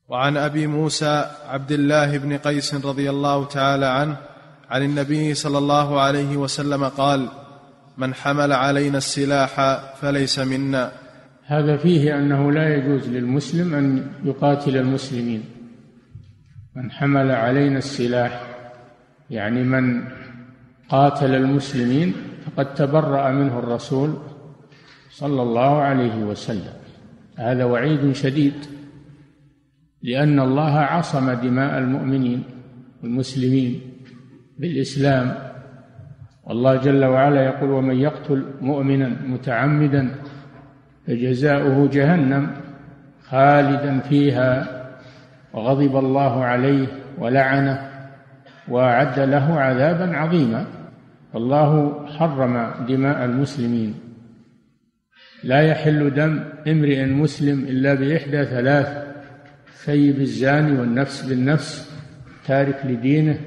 وعن أبي موسى عبد الله بن قيس رضي الله تعالى عنه عن النبي صلى الله عليه وسلم قال: من حمل علينا السلاح فليس منا. هذا فيه أنه لا يجوز للمسلم أن يقاتل المسلمين. من حمل علينا السلاح يعني من قاتل المسلمين فقد تبرأ منه الرسول صلى الله عليه وسلم. هذا وعيد شديد، لأن الله عصم دماء المؤمنين والمسلمين بالإسلام، والله جل وعلا يقول: ومن يقتل مؤمنا متعمدا فجزاؤه جهنم خالدا فيها وغضب الله عليه ولعنه وأعد له عذابا عظيما. الله حرم دماء المسلمين. لا يحل دم امرئ مسلم إلا بإحدى ثلاث: الثيب الزاني، والنفس بالنفس، تارك لدينه،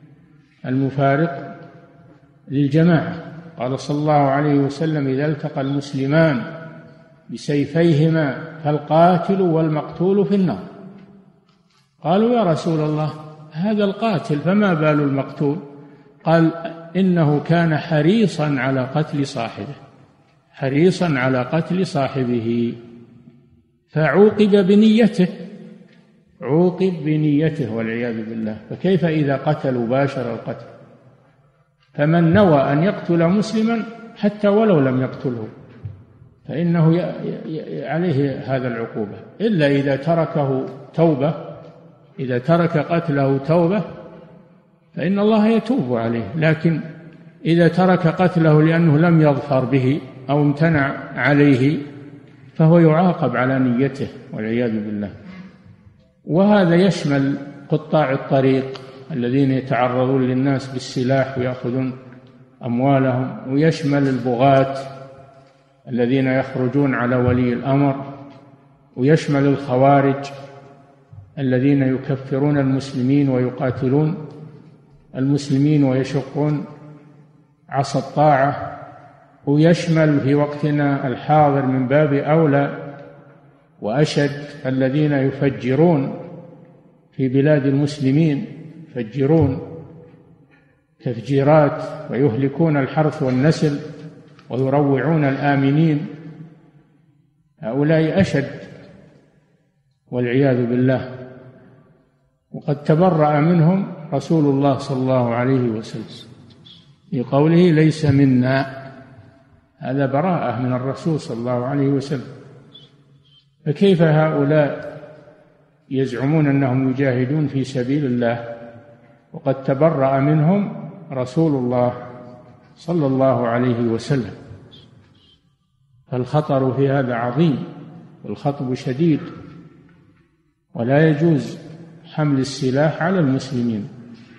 المفارق للجماعة. قال صلى الله عليه وسلم: إذا التقى المسلمان بسيفيهما فالقاتل والمقتول في النار. قالوا: يا رسول الله، هذا القاتل فما بال المقتول؟ قال: إنه كان حريصا على قتل صاحبه، حريصا على قتل صاحبه، فعوقب بنيته، عوقب بنيته والعياذ بالله. فكيف إذا قتلوا باشر القتل؟ فمن نوى أن يقتل مسلما حتى ولو لم يقتله فإنه عليه هذا العقوبة، إلا إذا تركه توبة. إذا ترك قتله توبة فإن الله يتوب عليه، لكن إذا ترك قتله لأنه لم يظفر به أو امتنع عليه فهو يعاقب على نيته والعياذ بالله. وهذا يشمل قطاع الطريق الذين يتعرضون للناس بالسلاح ويأخذون أموالهم، ويشمل البغاة الذين يخرجون على ولي الأمر، ويشمل الخوارج الذين يكفرون المسلمين ويقاتلون المسلمين ويشقون عصا الطاعة، ويشمل في وقتنا الحاضر من باب أولى وأشد الذين يفجرون في بلاد المسلمين، يفجرون تفجيرات ويهلكون الحرث والنسل ويروعون الآمنين. هؤلاء أشد والعياذ بالله، وقد تبرأ منهم رسول الله صلى الله عليه وسلم في قوله: ليس منا. هذا براءة من الرسول صلى الله عليه وسلم. فكيف هؤلاء يزعمون أنهم يجاهدون في سبيل الله وقد تبرأ منهم رسول الله صلى الله عليه وسلم؟ فالخطر في هذا عظيم والخطب شديد، ولا يجوز حمل السلاح على المسلمين،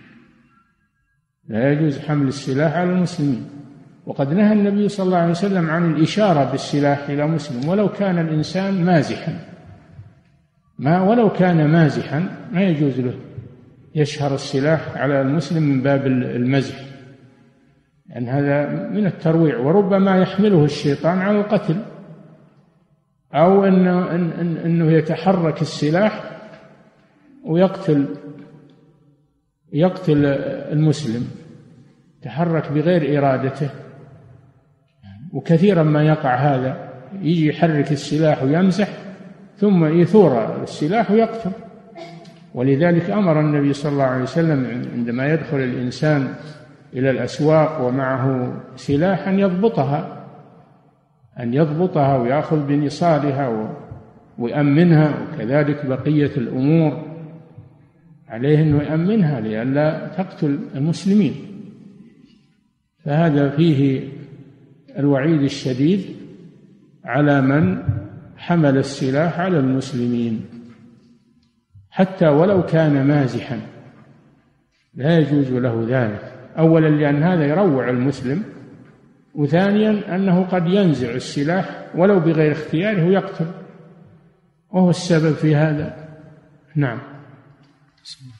لا يجوز حمل السلاح على المسلمين. وقد نهى النبي صلى الله عليه وسلم عن الإشارة بالسلاح إلى مسلم ولو كان الإنسان مازحا، ولو كان مازحا ما يجوز له يشهر السلاح على المسلم من باب المزح، لأن يعني هذا من الترويع، وربما يحمله الشيطان على القتل، أو أنه يتحرك السلاح ويقتل المسلم، تحرك بغير إرادته. وكثيرا ما يقع هذا، يجي يحرك السلاح ويمزح ثم يثور السلاح ويقتل. ولذلك أمر النبي صلى الله عليه وسلم عندما يدخل الإنسان إلى الأسواق ومعه سلاح أن يضبطها ويأخذ بنصالها ويأمنها، وكذلك بقية الأمور عليه أنه يأمنها لئلا تقتل المسلمين. فهذا فيه الوعيد الشديد على من حمل السلاح على المسلمين حتى ولو كان مازحا، لا يجوز له ذلك. أولا لأن هذا يروع المسلم، وثانيا أنه قد ينزع السلاح ولو بغير اختياره ويقتل، وهو السبب في هذا. نعم.